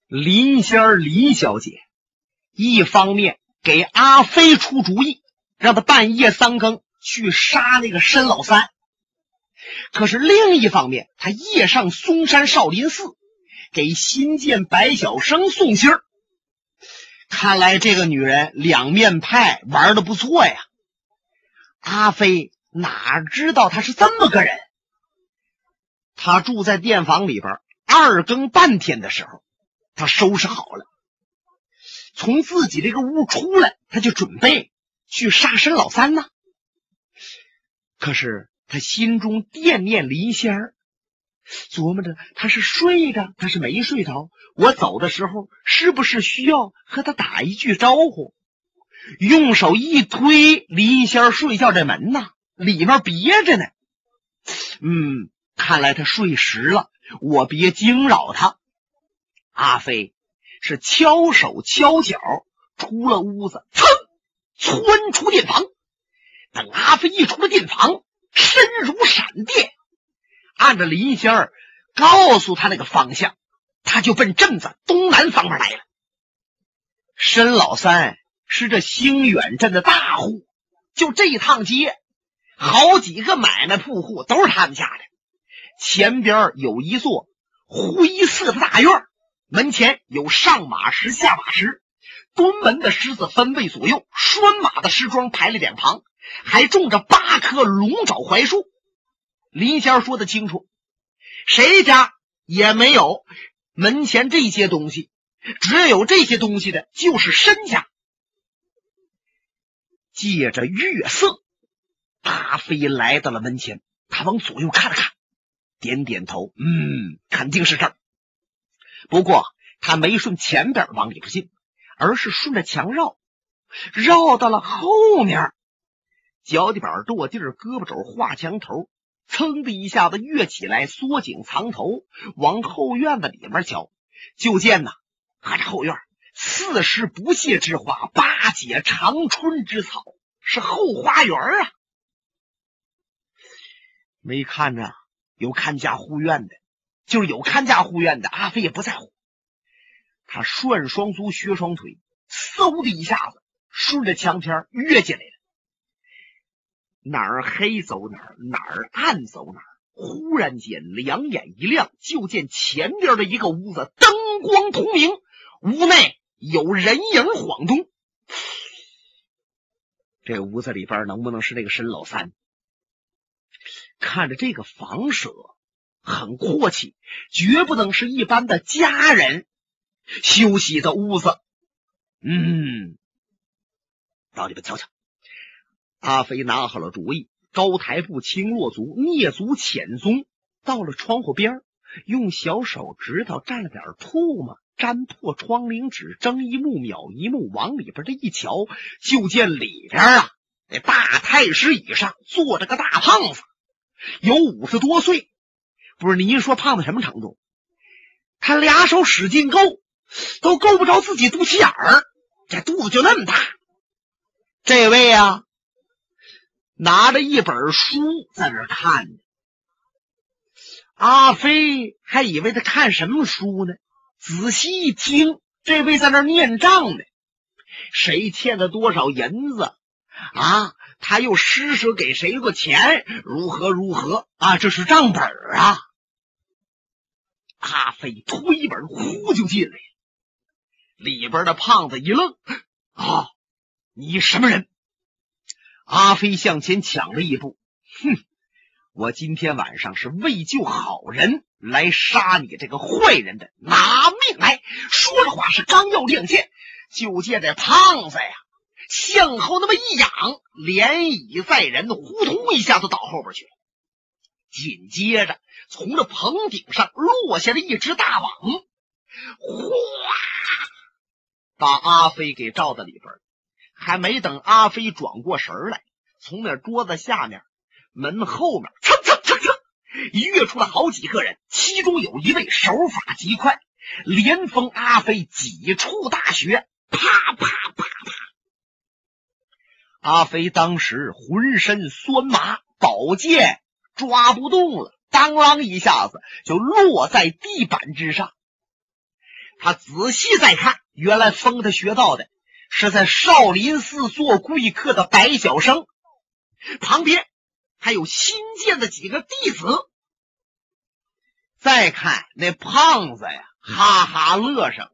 林仙儿林小姐一方面给阿飞出主意，让他半夜3更去杀那个申老三，可是另一方面他夜上嵩山少林寺给新建白晓生送信儿。看来这个女人两面派玩得不错呀。阿飞哪知道她是这么个人。他住在店房里边，2更半天的时候，他收拾好了，从自己这个屋出来，他就准备去杀申老三呢。可是他心中惦念林仙儿，琢磨着他是睡着，他是没睡着，我走的时候是不是需要和他打一句招呼。用手一推林仙儿睡觉这门呐，里面别着呢。看来他睡实了，我别惊扰他。阿飞是敲手敲脚出了屋子，窜出店房。等阿飞一出了店房，身如闪电，按着林仙儿告诉他那个方向，他就奔镇子东南方面来了。申老三是这兴远镇的大户，就这一趟街好几个买卖铺户都是他们家的。前边有一座灰色的大院，门前有上马石下马石，蹲门的狮子分位左右，拴马的石桩排了2旁，还种着8棵龙爪槐树。林仙儿说得清楚，谁家也没有门前这些东西，只有这些东西的就是申家。借着月色，阿飞来到了门前，他往左右看了看，点点头，肯定是这儿。不过他没顺前边往里边进，而是顺着墙绕到了后面，脚底板跺地儿，胳膊肘画墙头，噌的一下子跃起来，缩颈藏头，往后院子里面瞧，就见呐，这后院4时不谢之花，8节长春之草，是后花园啊。没看着有看家护院的，就是有看家护院的，阿飞也不在乎。他涮双足学双腿，嗖的一下子顺着墙片跃进来了。哪儿黑走哪儿，哪儿暗走哪儿。忽然间两眼一亮，就见前边的一个屋子灯光通明，屋内有人影晃动。这屋子里边能不能是那个申老三？看着这个房舍很阔气，绝不能是一般的家人休息的屋子。到里边瞧瞧。阿飞拿好了主意，高抬步轻落足，蹑足潜踪，到了窗户边，用小手指头蘸了点唾沫，沾破窗棂纸，睁一目秒一目，往里边这一瞧，就见里边那大太师椅上坐着个大胖子，有50多岁。不是，您说胖子什么程度？他2手使劲够，都够不着自己肚脐眼儿，这肚子就那么大。这位拿着一本书在那儿看呢。阿飞还以为他看什么书呢，仔细一听，这位在那儿念账呢。谁欠了多少银子他又施舍给谁个钱，如何这是账本啊。阿飞推本呼就进来，里边的胖子一愣，你什么人？阿飞向前抢了一步，我今天晚上是为救好人来杀你这个坏人的，拿命来！说着话是刚要亮剑，就见这胖子向后那么一仰，连椅在人，呼通一下就倒后边去了。紧接着从这棚顶上落下了一只大网，哗，把阿飞给罩在里边。还没等阿飞转过神来，从那桌子下面门后面蹭跃出了好几个人，其中有一位手法极快，连封阿飞几处大穴，啪啪啪啪。阿飞当时浑身酸麻，宝剑抓不动了，当啷一下子就落在地板之上。 他仔细再看，原来封他学道的是在少林寺做贵客的白晓生，旁边还有新建的几个弟子。再看那胖子呀，哈哈乐上。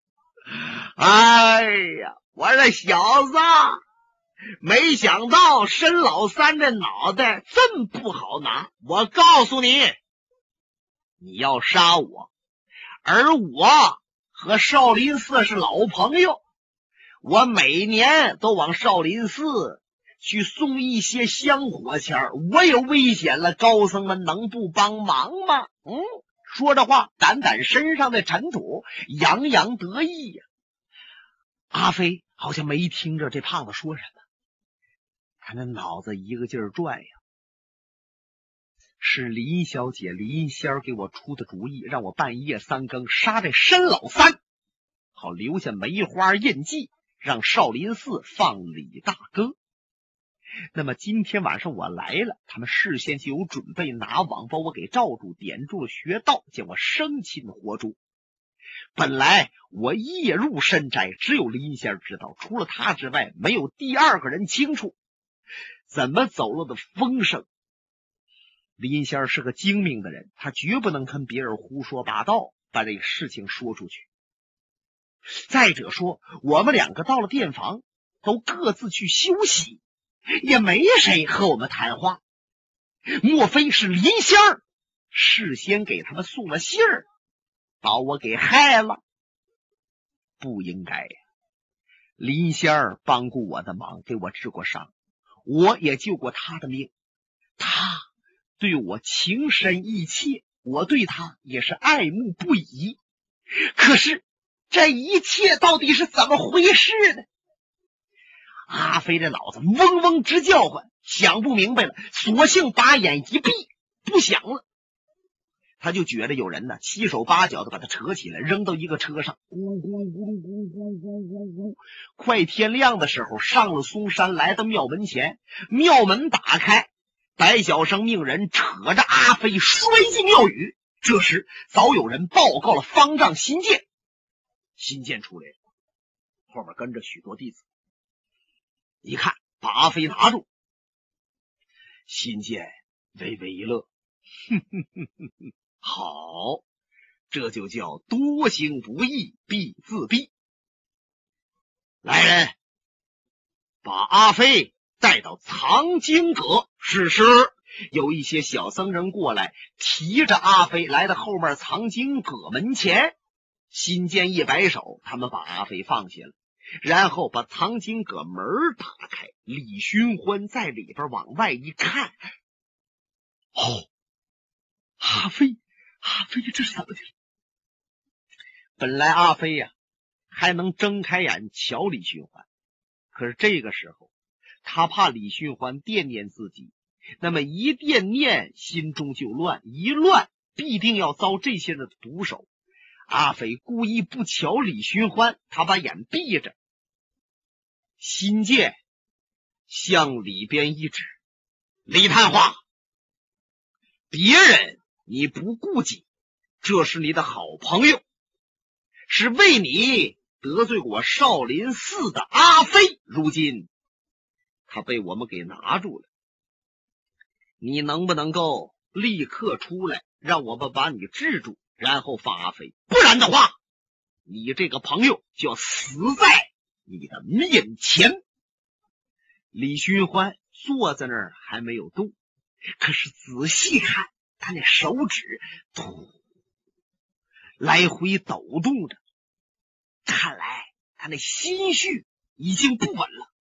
哎呀，我这小子，没想到申老三这脑袋这么不好拿。我告诉你，你要杀我，而我和少林寺是老朋友，我每年都往少林寺去送一些香火钱，我有危险了，高僧们能不帮忙吗？说着话，掸掸身上的尘土，洋洋得意呀。阿飞好像没听着这胖子说什么，他那脑子一个劲儿转呀。是林小姐林仙儿给我出的主意，让我半夜3更杀这申老三，好留下梅花印记，让少林寺放李大哥。那么今天晚上我来了，他们事先就有准备，拿网把我给罩住，点住了穴道，将我生擒活捉。本来我夜入深宅，只有林仙知道，除了他之外没有第二个人清楚怎么走漏的风声。林仙是个精明的人，他绝不能跟别人胡说八道，把这个事情说出去。再者说，我们两个到了店房，都各自去休息，也没谁和我们谈话。莫非是林仙儿事先给他们送了信儿，把我给害了？不应该呀！林仙儿帮过我的忙，给我治过伤，我也救过他的命，他对我情深意切，我对他也是爱慕不已。可是这一切到底是怎么回事呢？阿飞的脑子嗡嗡直叫唤，想不明白了，索性把眼一闭，不想了。他就觉得有人呢七手八脚的把他扯起来，扔到一个车上，咕噜咕噜咕噜咕噜咕噜咕噜咕噜。快天亮的时候，上了嵩山，来到庙门前，庙门打开，白晓生命人扯着阿飞摔进庙宇。这时早有人报告了方丈新建，新建出来了，后面跟着许多弟子。一看把阿飞拿住，新建微微一乐，好，这就叫多行不义必自毙。来人，把阿飞带到藏经阁。是。有一些小僧人过来，提着阿飞来到后面藏经阁门前。新建一摆手，他们把阿飞放下了，然后把藏经阁门打开。李寻欢在里边往外一看，阿飞这是怎么的？本来阿飞呀还能睁开眼瞧李寻欢，可是这个时候他怕李寻欢惦念自己，那么一惦念心中就乱，一乱必定要遭这些人的毒手。阿飞故意不瞧李寻欢，他把眼闭着。新建向里边一指，李探花，别人你不顾及，这是你的好朋友，是为你得罪我少林寺的阿飞，如今他被我们给拿住了，你能不能够立刻出来，让我们把你制住，然后放阿飞？不然的话，你这个朋友就要死在你的面前。李寻欢坐在那儿还没有动，可是仔细看，他那手指来回抖动着，看来他那心绪已经不稳了。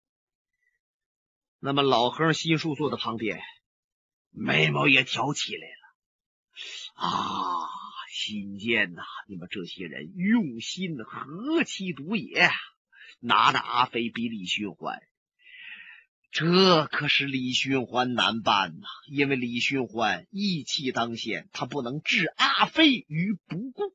那么老和尚心术坐在旁边，眉毛也挑起来了。新建呐，你们这些人用心何其独也，拿着阿飞比李寻欢，这可是李寻欢难办呐，因为李寻欢义气当先，他不能置阿飞于不顾。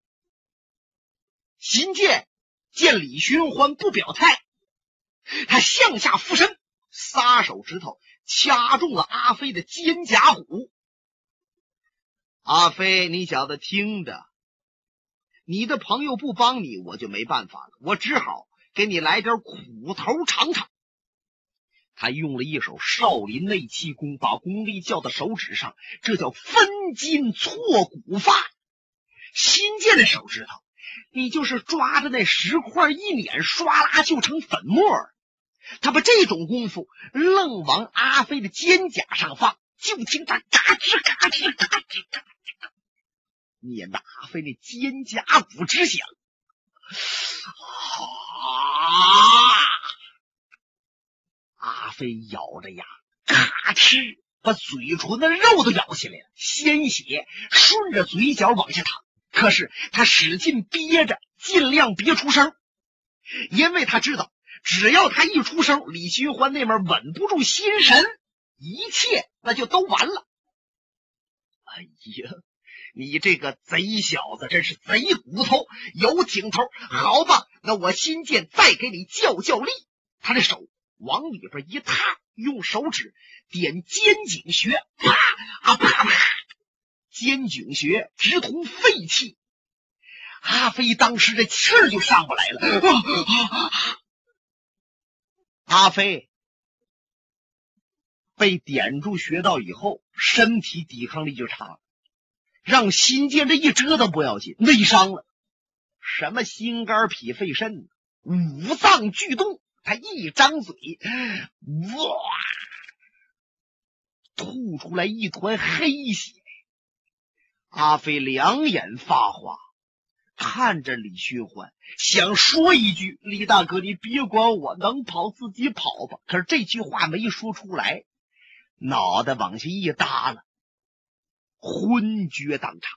新建见李寻欢不表态，他向下俯身，撒手指头掐中了阿飞的肩胛骨。阿飞，你小子听着， 你的朋友不帮你，我就没办法了，我只好给你来点苦头尝尝。他用了一手少林内气功，把功力叫到手指上，这叫分筋错骨法。新建的手指头，你就是抓着那石块一碾，唰啦就成粉末。他把这种功夫愣往阿飞的肩胛上放，就听他嘎吱嘎吱嘎吱嘎吱，碾得阿飞那肩胛骨直响。阿飞咬着牙，咔哧把嘴唇的肉都咬起来了，鲜血顺着嘴角往下淌。可是他使劲憋着，尽量别出声，因为他知道只要他一出声，李寻欢那边稳不住心神，一切那就都完了。哎呀，你这个贼小子真是贼骨头有挺头，好吧，那我新建再给你较力。他的手往里边一踏，用手指点肩颈穴，啪啊啪啪，肩颈穴直通肺气。阿飞当时这气儿就上不来了。阿飞被点住穴道以后，身体抵抗力就差了，让心剑这一折腾不要紧，内伤了。什么心肝脾肺肾，五脏俱动。他一张嘴，哇，吐出来一团黑血。阿飞两眼发花，看着李寻欢，想说一句：李大哥，你别管我，能跑自己跑吧。可是这句话没说出来，脑袋往下一耷拉，昏厥当场。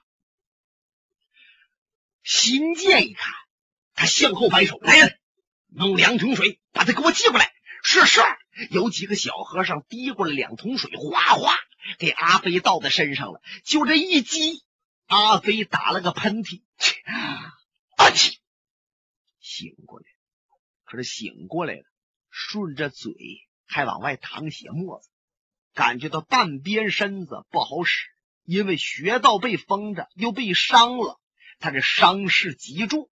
新建一看，他向后摆手：来人，弄2桶水，把他给我接过来。是。有几个小和尚滴过来2桶水，哗哗给阿飞倒在身上了。就这一击，阿飞打了个喷嚏，醒过来。可是醒过来了，顺着嘴还往外淌血沫子，感觉到半边身子不好使，因为穴道被封着，又被伤了，他这伤势极重。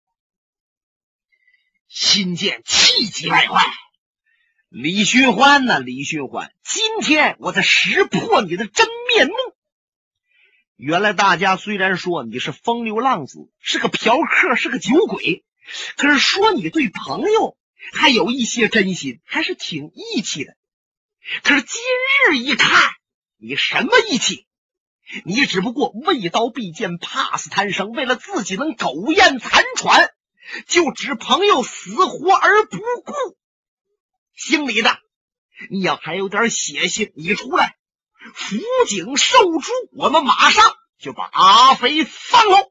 新建气急败坏：李寻欢呐，李寻欢，今天我才识破你的真面目。原来大家虽然说你是风流浪子，是个嫖客，是个酒鬼，可是说你对朋友还有一些真心，还是挺义气的。可是今日一看，你什么义气？你只不过为刀必剑，怕死贪生，为了自己能苟延残喘，就指朋友死活而不顾。姓李的，你要还有点血性，你出来辅警受诛，我们马上就把阿飞放了。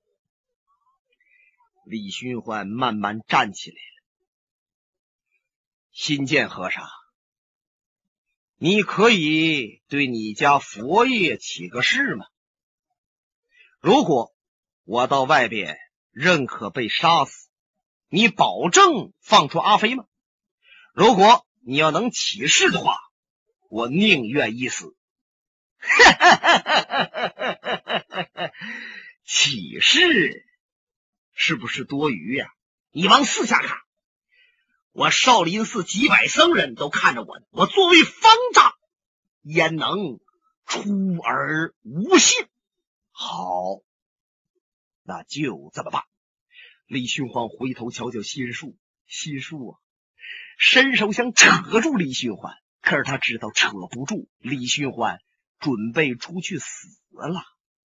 李寻欢慢慢站起来了。新建和尚，你可以对你家佛爷起个誓吗？如果我到外边认可被杀死，你保证放出阿飞吗？如果你要能起誓的话，我宁愿一死。起誓是不是多余呀？你往四下看，我少林寺几百僧人都看着我呢，我作为方丈，焉能出而无信？好，那就这么办。李寻欢回头瞧瞧心术，心术啊，伸手想扯住李寻欢，可是他知道扯不住，李寻欢准备出去死了。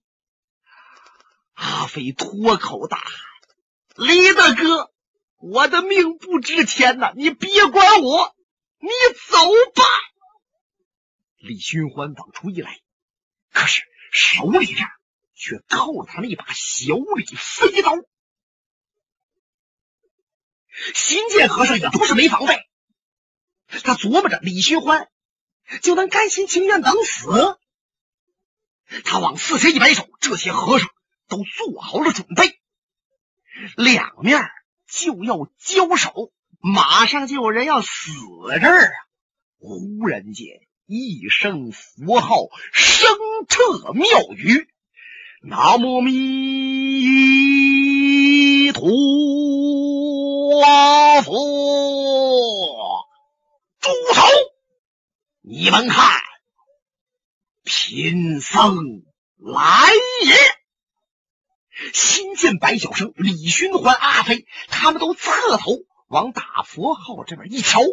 阿飞脱口大喊：李大哥，我的命不值钱呐，你别管我，你走吧。李寻欢往出一来，可是手里这却靠了他那把小李飞刀。新建和尚也不是没防备，他琢磨着李寻欢就能甘心情愿等死。他往四下一摆手，这些和尚都做好了准备，两面就要交手，马上就有人要死这儿啊！忽然间一声佛号声彻庙宇，南无弥你们看，贫僧来也！新见白晓生、李寻欢、阿飞他们都侧头往大佛号这边一瞧，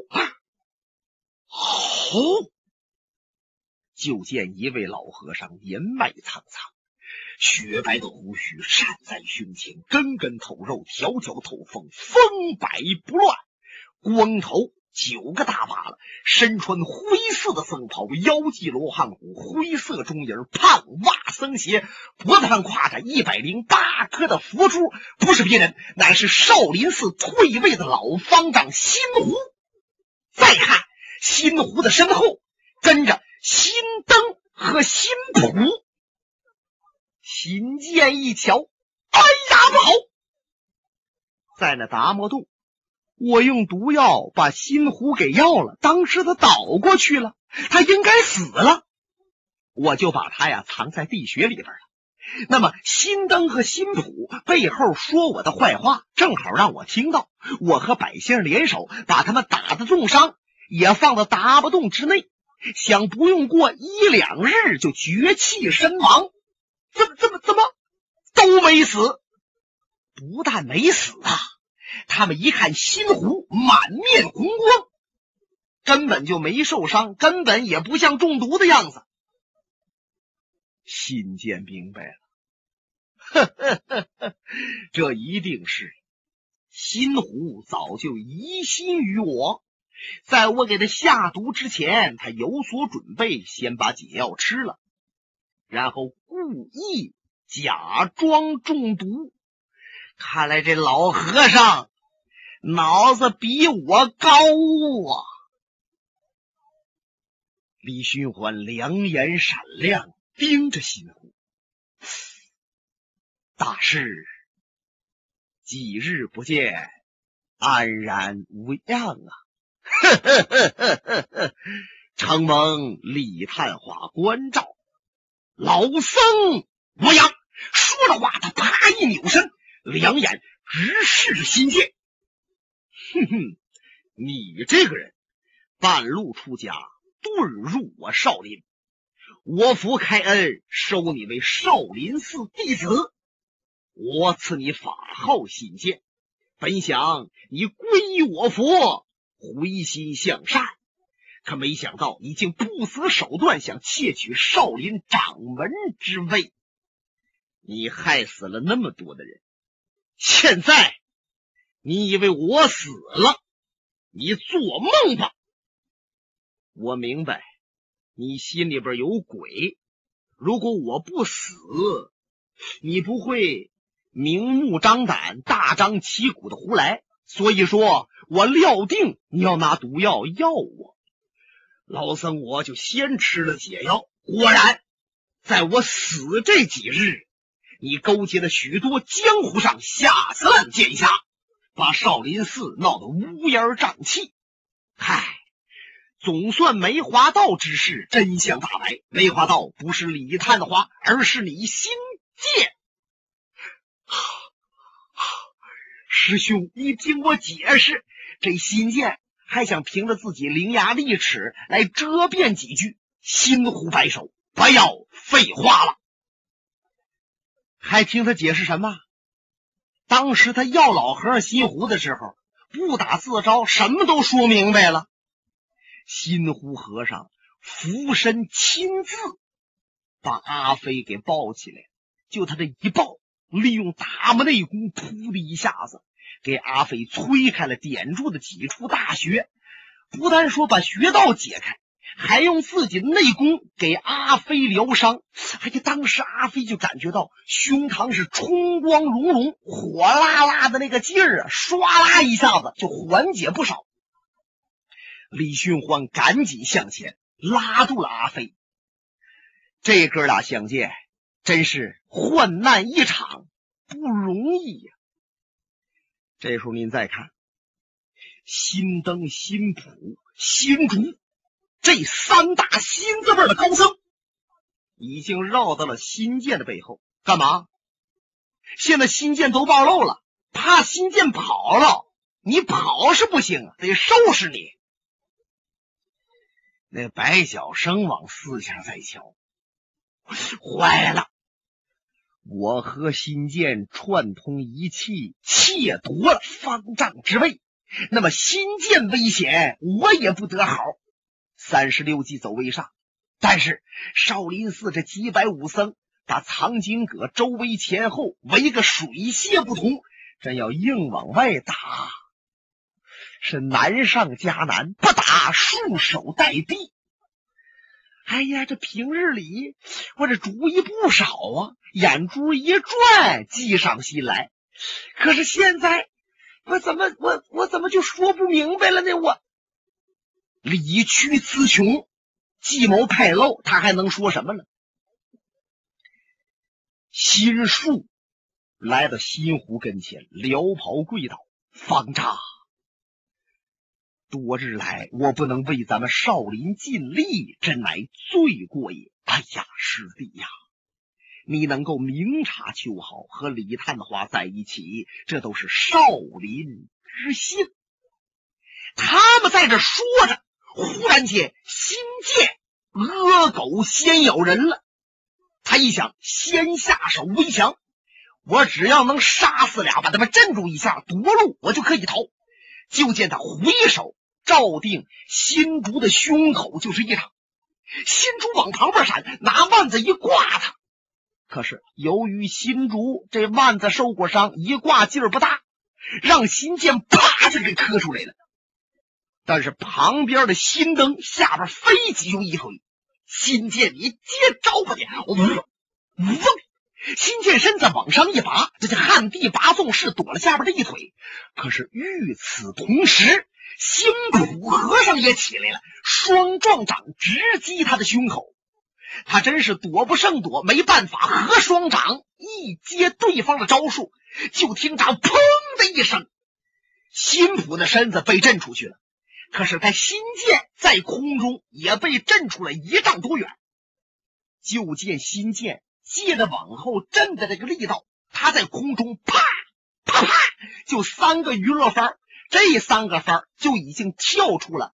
就见一位老和尚年迈苍苍，雪白的胡须散在胸前，根根头肉，条条透风，风摆不乱，光头9个大把了，身穿灰色的僧袍，腰系罗汉骨，灰色中影，胖袜僧鞋，脖子上挎着108颗的佛珠，不是别人，乃是少林寺退位的老方丈新胡。再看新胡的身后跟着新灯和新普。新剑一瞧，哎呀不好！在那达摩洞，我用毒药把新胡给药了，当时他倒过去了，他应该死了，我就把他呀藏在地穴里边了。那么新灯和新普背后说我的坏话，正好让我听到，我和百姓联手把他们打得重伤，也放到达摩洞之内，想不用过1、2日就绝气身亡。怎么都没死？不但没死啊，他们一看新胡满面红光，根本就没受伤，根本也不像中毒的样子。新见明白了，这一定是新胡早就疑心于我，在我给他下毒之前，他有所准备，先把解药吃了，然后故意假装中毒。看来这老和尚脑子比我高啊！李寻欢两眼闪亮，盯着新胡。大师，几日不见，安然无恙啊！承蒙李探花关照，老僧无恙。说着话，他啪一扭身，两眼直视着新剑。你这个人半路出家，遁入我少林，我府开恩收你为少林寺弟子，我赐你法号新剑，本想你皈依我佛，回心向善，可没想到你竟不择手段想窃取少林掌门之位，你害死了那么多的人，现在你以为我死了？你做梦吧！我明白你心里边有鬼，如果我不死，你不会明目张胆大张旗鼓的胡来，所以说我料定你要拿毒药药我。老僧我就先吃了解药，果然在我死这几日，你勾结了许多江湖上下三剑侠，把少林寺闹得乌烟瘴气。嗨，总算梅花道之事真相大白，梅花道不是李探花，而是你新剑。师兄，你听我解释，这新剑还想凭着自己伶牙俐齿来遮辩几句。新胡摆手，不要废话了。还听他解释什么？当时他要老和尚新胡的时候，不打自招，什么都说明白了。新胡和尚俯身亲自把阿飞给抱起来，就他这一抱，利用大摩内功，噗的一下子给阿飞摧开了点住的几处大穴，不但说把穴道解开，还用自己的内功给阿飞疗伤。而且当时阿飞就感觉到胸膛是冲光隆隆，火辣辣的那个劲儿啊，唰啦一下子就缓解不少。李寻欢赶紧向前拉住了阿飞，这哥俩相见真是患难一场，不容易呀。这时候您再看新灯、新普、新竹这三大新字辈的高僧，已经绕到了新剑的背后。干嘛？现在新剑都暴露了，怕新剑跑了，你跑是不行啊，得收拾你。 那白晓生往四下再瞧，坏了！我和新建串通一气，窃夺了方丈之位，那么新建危险，我也不得好。36计走为上，但是少林寺这几百武僧把藏经阁周围前后围个水泄不通，真要硬往外打，是难上加难，不打束手待毙。哎呀，这平日里我这主意不少啊，眼珠一转计上心来，可是现在我怎么就说不明白了呢？我理屈词穷，计谋败露，他还能说什么呢？心术来到新湖跟前，撩袍跪倒：“方丈，多日来我不能为咱们少林尽力，真乃罪过也。哎呀，师弟呀，你能够明察秋毫，和李探花在一起，这都是少林之幸。”他们在这说着，忽然间新建恶狗先咬人了。他一想，先下手为强，我只要能杀死俩，把他们镇住一下，夺路我就可以逃。就见他回手照定新竹的胸口就是一掌，新竹往旁边闪，拿腕子一挂他。可是由于新竹这腕子受过伤，一挂劲儿不大，让新建啪就给磕出来了。但是旁边的新灯下边飞起就一腿，新建你接招吧你！新建身子往上一拔，这就旱地拔纵式躲了下边的一腿。可是与此同时，星普和尚也起来了，双壮掌直击他的胸口。他真是躲不胜躲，没办法，合双掌一接对方的招数，就听着砰的一声，辛普的身子被震出去了。可是他新建在空中也被震出了1丈多远。就见新建借着往后震的这个力道，他在空中啪啪啪就3个娱乐番，这3个番就已经跳出了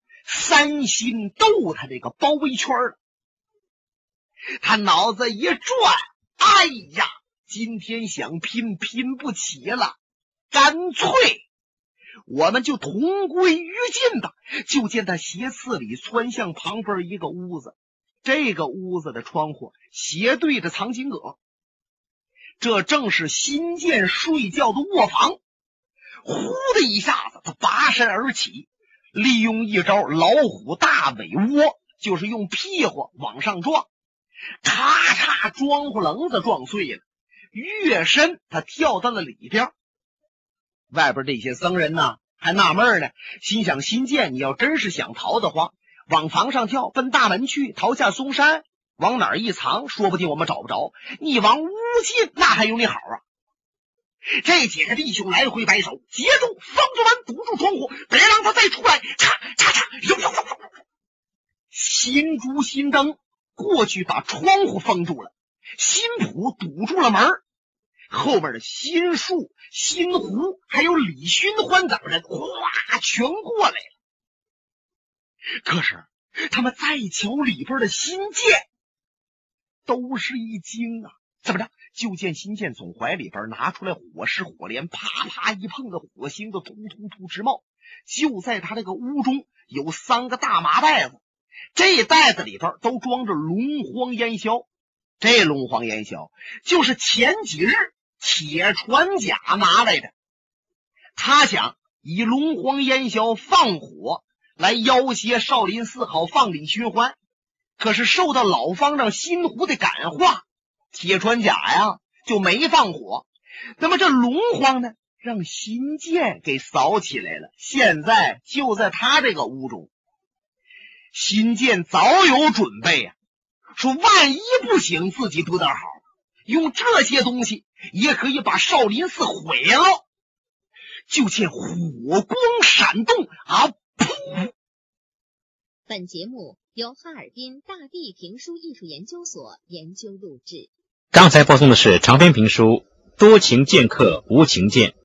3星斗他这个包围圈了。他脑子一转，哎呀，今天想拼不起了，干脆我们就同归于尽吧。就见他斜刺里窜向旁边一个屋子，这个屋子的窗户斜对着藏经阁，这正是新建睡觉的卧房。呼的一下子，他拔身而起，利用一招老虎大尾窝，就是用屁股往上撞，咔嚓，庄户棱子撞碎了，跃身他跳到了里边。外边这些僧人呢还纳闷呢，心想新建你要真是想逃的话，往房上跳，奔大门去，逃下嵩山，往哪儿一藏，说不定我们找不着。你往屋进，那还有你好啊！这几个弟兄来回摆手，截住方竹门，堵住窗户，别让他再出来！嚓嚓嚓！新竹新灯过去把窗户封住了，新普堵住了门，后面的新树、新湖还有李寻欢等人哗全过来了。可是他们再瞧里边的新建，都是一惊啊！怎么着？就见新建从怀里边拿出来火石火镰，啪啪一碰的火星子突突突直冒。就在他这个屋中有3个大麻袋子，这袋子里边都装着龙黄烟硝。这龙黄烟硝就是前几日铁船甲拿来的。他想以龙黄烟硝放火来要挟少林寺好放李寻欢，可是受到老方丈新湖的感化，铁船甲呀就没放火。那么这龙黄呢，让新建给扫起来了，现在就在他这个屋中。新建早有准备啊，说万一不行，自己不得好，用这些东西也可以把少林寺毁了。就见火光闪动啊！噗！ 本节目由哈尔滨大地评书艺术研究所研究录制。 刚才播送的是长篇评书《多情剑客无情剑》。